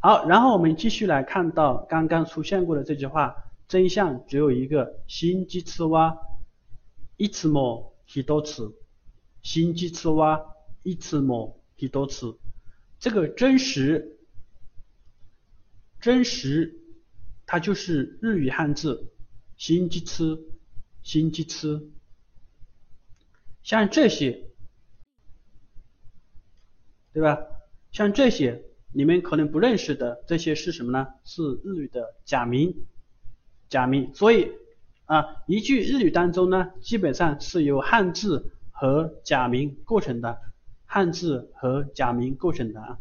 好，然后我们继续来看到刚刚出现过的这句话，真相只有一个，真実はいつも一つ。真実はいつも一つ。这个真实，它就是日语汉字真実，真実。像这些，对吧？像这些你们可能不认识的，这些是什么呢？是日语的假名，假名。所以一句日语当中呢，基本上是由汉字和假名构成的，汉字和假名构成的。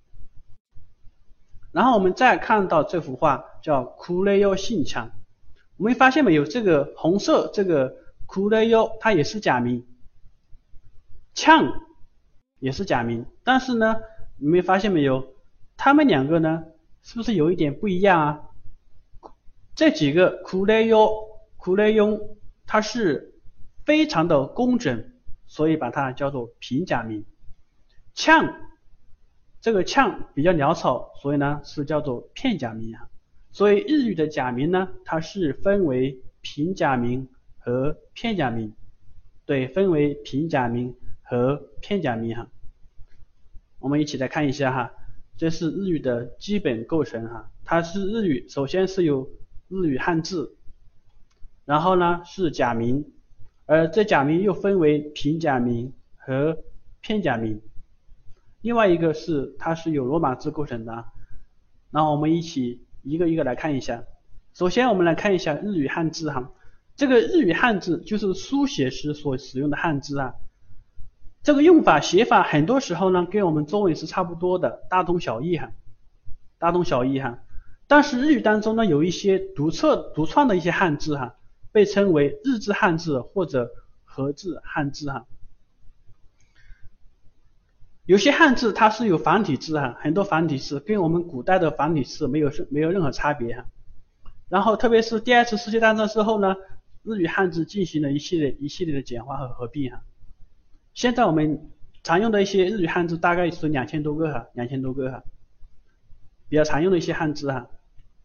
然后我们再看到这幅画叫库雷优信墙，我们发现没有？这个红色这个库雷优它也是假名，呛也是假名，但是呢，你们发现没有？他们两个呢，是不是有一点不一样啊？这几个库雷优它是非常的工整，所以把它叫做平假名。呛这个呛比较潦草，所以呢是叫做片假名啊。所以日语的假名呢，它是分为平假名和片假名，对，分为平假名和片假名哈。我们一起来看一下哈，这是日语的基本构成哈。它是日语，首先是有日语汉字，然后呢是假名，而这假名又分为平假名和片假名。另外一个是它是由罗马字构成的，然后我们一起一个一个来看一下。首先我们来看一下日语汉字哈，这个日语汉字就是书写时所使用的汉字啊。这个用法写法很多时候呢跟我们中文是差不多的，大同小异哈，大同小异哈。但是日语当中呢有一些独创的一些汉字哈，被称为日字汉字或者和字汉字哈。有些汉字它是有繁体字哈，很多繁体字跟我们古代的繁体字没有任何差别哈。然后特别是第二次世界大战之后呢，日语汉字进行了一系列的简化和合并哈。现在我们常用的一些日语汉字大概是2000多个哈，比较常用的一些汉字哈。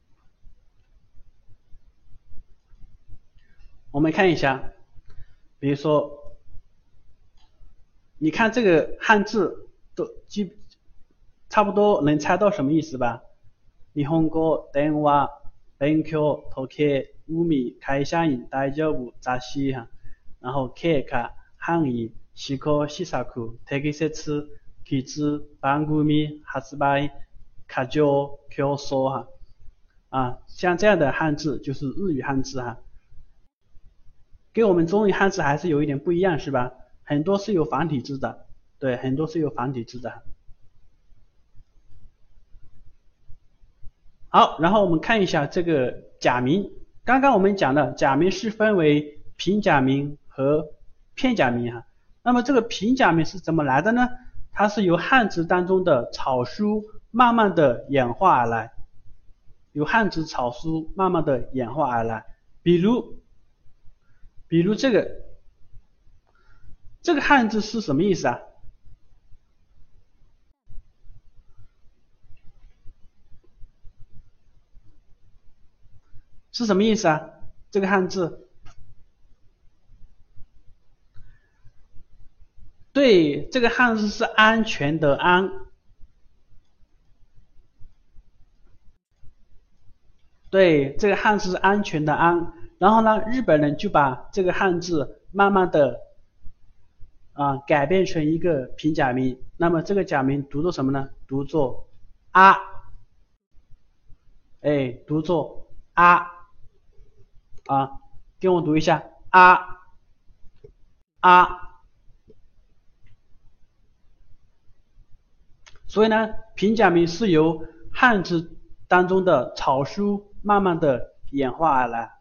我们看一下，比如说，你看这个汉字都差不多能猜到什么意思吧？日本語、電話、勉強、時計、海、会社員、大丈夫、雑誌哈，然后経過、範囲、試行、試作、適切、期知、番組、発売、過剰、競争哈。像这样的汉字就是日语汉字哈。跟我们中文汉字还是有一点不一样是吧？很多是有繁体字的，对，很多是有繁体字的。好，然后我们看一下这个假名。刚刚我们讲的假名是分为平假名和片假名哈。那么这个平假名是怎么来的呢？它是由汉字当中的草书慢慢的演化而来，由汉字草书慢慢的演化而来。比如这个汉字是什么意思啊？是什么意思啊？这个汉字，对，这个汉字是安全的安，对，这个汉字是安全的安。然后呢，日本人就把这个汉字慢慢的改变成一个平假名。那么这个假名读作什么呢？读作啊，读作啊，跟我读一下啊。所以呢，平假名是由汉字当中的草书慢慢的演化而来。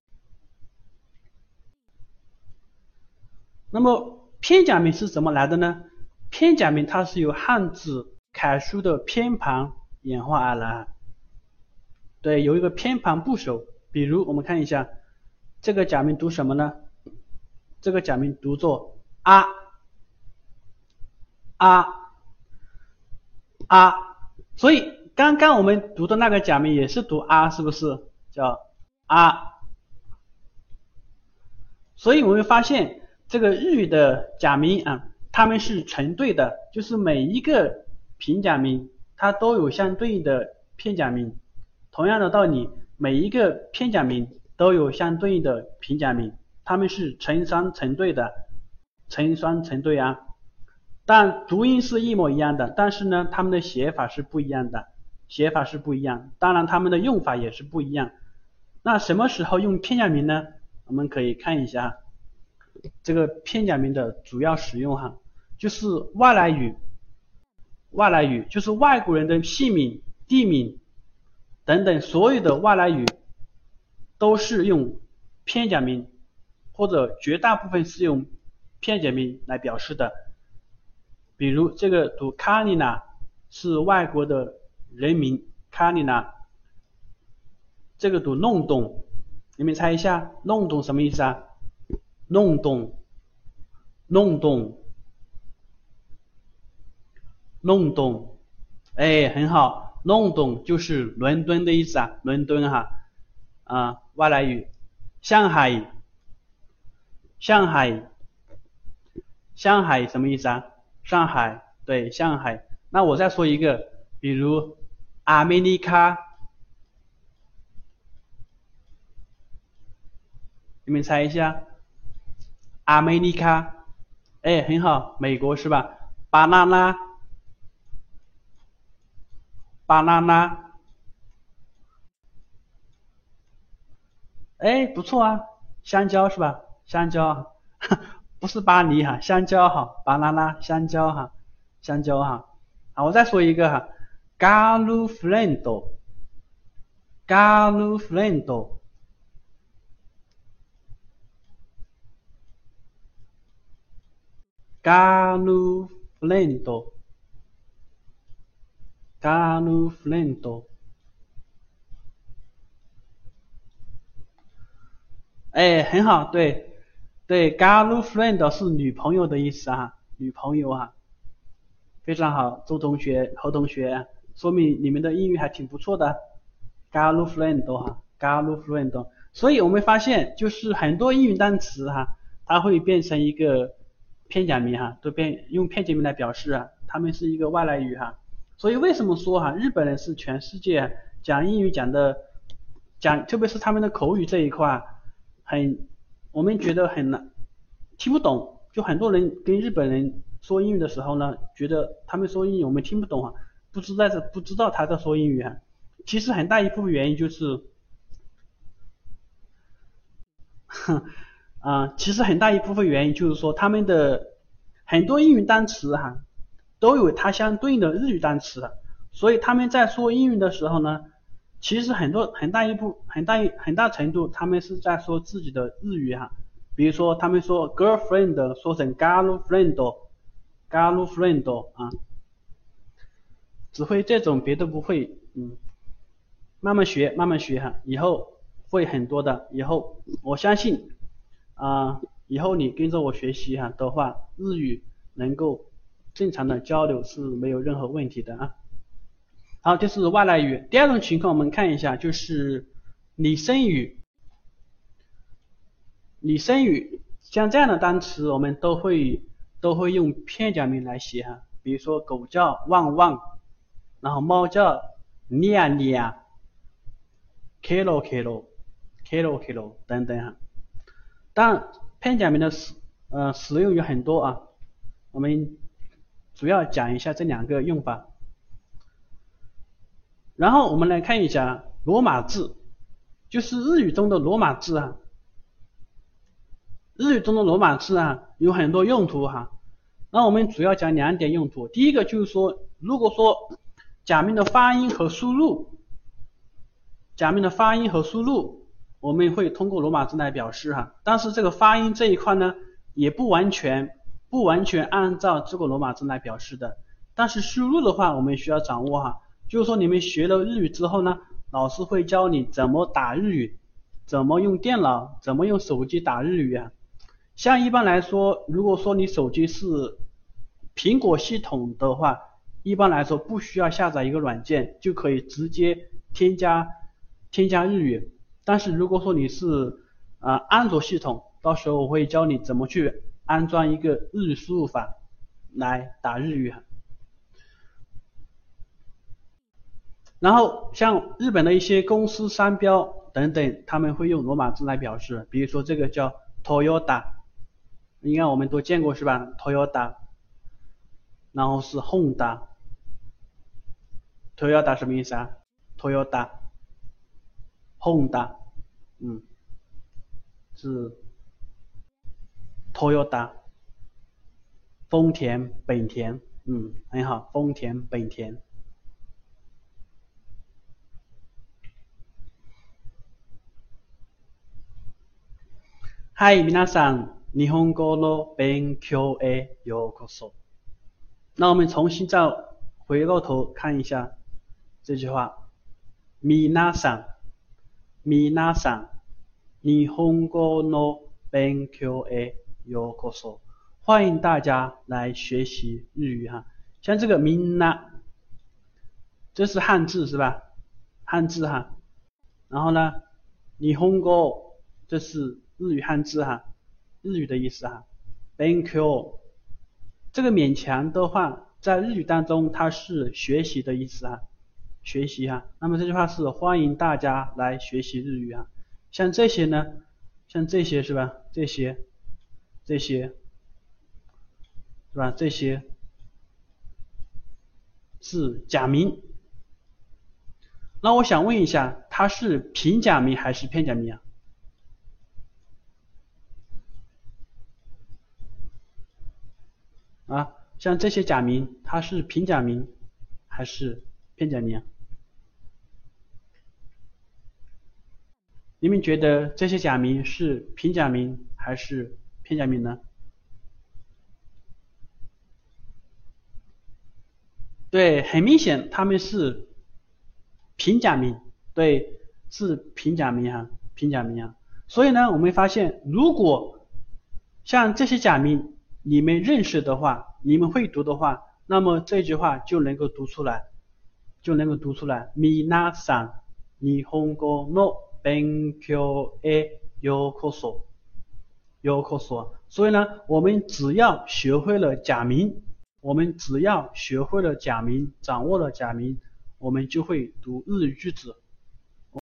那么片假名是怎么来的呢？片假名它是由汉字楷书的偏旁演化而来。对，有一个偏旁部首。比如我们看一下这个假名读什么呢？这个假名读作啊，所以刚刚我们读的那个假名也是读啊，是不是叫啊？所以我们发现这个日语的假名啊，它们是成对的，就是每一个平假名它都有相对应的片假名。同样的道理，每一个片假名都有相对应的平假名，它们是成双成对的，成双成对啊。但读音是一模一样的，但是呢，它们的写法是不一样的，写法是不一样，当然它们的用法也是不一样。那什么时候用片假名呢？我们可以看一下这个片假名的主要使用哈，就是外来语就是外国人的姓名、地名等等所有的外来语都是用片假名，或者绝大部分是用片假名来表示的。比如这个读卡尼娜是外国的人名卡尼娜，这个读弄懂，你们猜一下弄懂什么意思啊？弄懂，弄懂，弄懂，哎，很好，弄懂就是伦敦的意思啊，伦敦哈，外来语，上海，上海，上海什么意思啊？上海，对，上海。那我再说一个，比如阿美尼卡，你们猜一下，阿美尼卡，哎，很好，美国是吧？banana， banana， 哎，不错啊，香蕉是吧？香蕉，不是巴黎哈，香蕉哈，banana， 香蕉哈，香蕉哈。好，我再说一个哈，girlfriend， girlfriend， girlfriend， girlfriend， 哎，很好，对对，girlfriend 是女朋友的意思啊，女朋友啊，非常好，周同学、何同学，说明你们的英语还挺不错的，girlfriend 哈，girlfriend，所以我们发现就是很多英语单词哈，它会变成一个片假名哈，都用片假名来表示啊，它们是一个外来语哈，所以为什么说哈，日本人是全世界讲英语特别是他们的口语这一块我们觉得很难听不懂，就很多人跟日本人说英语的时候呢，觉得他们说英语我们听不懂啊，不知道他在说英语啊，其实很大一部分原因就是其实很大一部分原因就是说他们的很多英语单词哈都有它相对应的日语单词，所以他们在说英语的时候呢，其实很大程度他们是在说自己的日语哈，比如说他们说 girlfriend 说成 girlfriend 啊，只会这种别的不会，慢慢学哈，以后会很多的，以后我相信以后你跟着我学习哈的话，日语能够正常的交流是没有任何问题的啊。好，这是外来语。第二种情况我们看一下，就是拟声语。拟声语像这样的单词我们都会用片假名来写哈，比如说狗叫汪汪，然后猫叫nha nha，kilo kilo kilo kilo 等等哈。当然片假名的使用有很多啊，我们主要讲一下这两个用法。然后我们来看一下罗马字，就是日语中的罗马字啊。日语中的罗马字啊有很多用途哈，那我们主要讲两点用途。第一个就是说，如果说假名的发音和输入，我们会通过罗马字来表示哈，但是这个发音这一块呢，也不完全按照这个罗马字来表示的。但是输入的话，我们需要掌握哈，就是说你们学了日语之后呢，老师会教你怎么打日语，怎么用电脑，怎么用手机打日语啊。像一般来说，如果说你手机是苹果系统的话， 一般来说不需要下载一个软件就可以直接添加日语。但是如果说你是安卓系统，到时候我会教你怎么去安装一个日语输入法来打日语。然后像日本的一些公司商标等等，他们会用罗马字来表示，比如说这个叫 Toyota， 应该我们都见过是吧 Toyota， 然后是 Honda， Toyota 什么意思啊 Toyota Honda， 是 Toyota， 丰田本田，很好，丰田本田。はい、皆さん、日本語の勉強へようこそ。那我们重新再回过头看一下这句话。皆さん、皆さん、日本語の勉強へようこそ。欢迎大家来学习日语哈。像这个みんな，这是汉字是吧？汉字哈。然后呢，日本語这是日语汉字哈，日语的意思哈。勉強这个勉强的话，在日语当中它是学习的意思哈，学习哈。那么这句话是欢迎大家来学习日语啊。像这些呢，像这些是吧？这些是吧？这些是假名。那我想问一下，它是平假名还是片假名啊？像这些假名，它是平假名还是片假名啊？你们觉得这些假名是平假名还是片假名呢？对，很明显他们是平假名，对，是平假名哈，平假名啊。所以呢，我们发现，如果像这些假名你们认识的话，你们会读的话，那么这句话就能够读出来，皆さん、日本語の勉強へようこそ。所以呢，我们只要学会了假名，掌握了假名，我们就会读日语句子。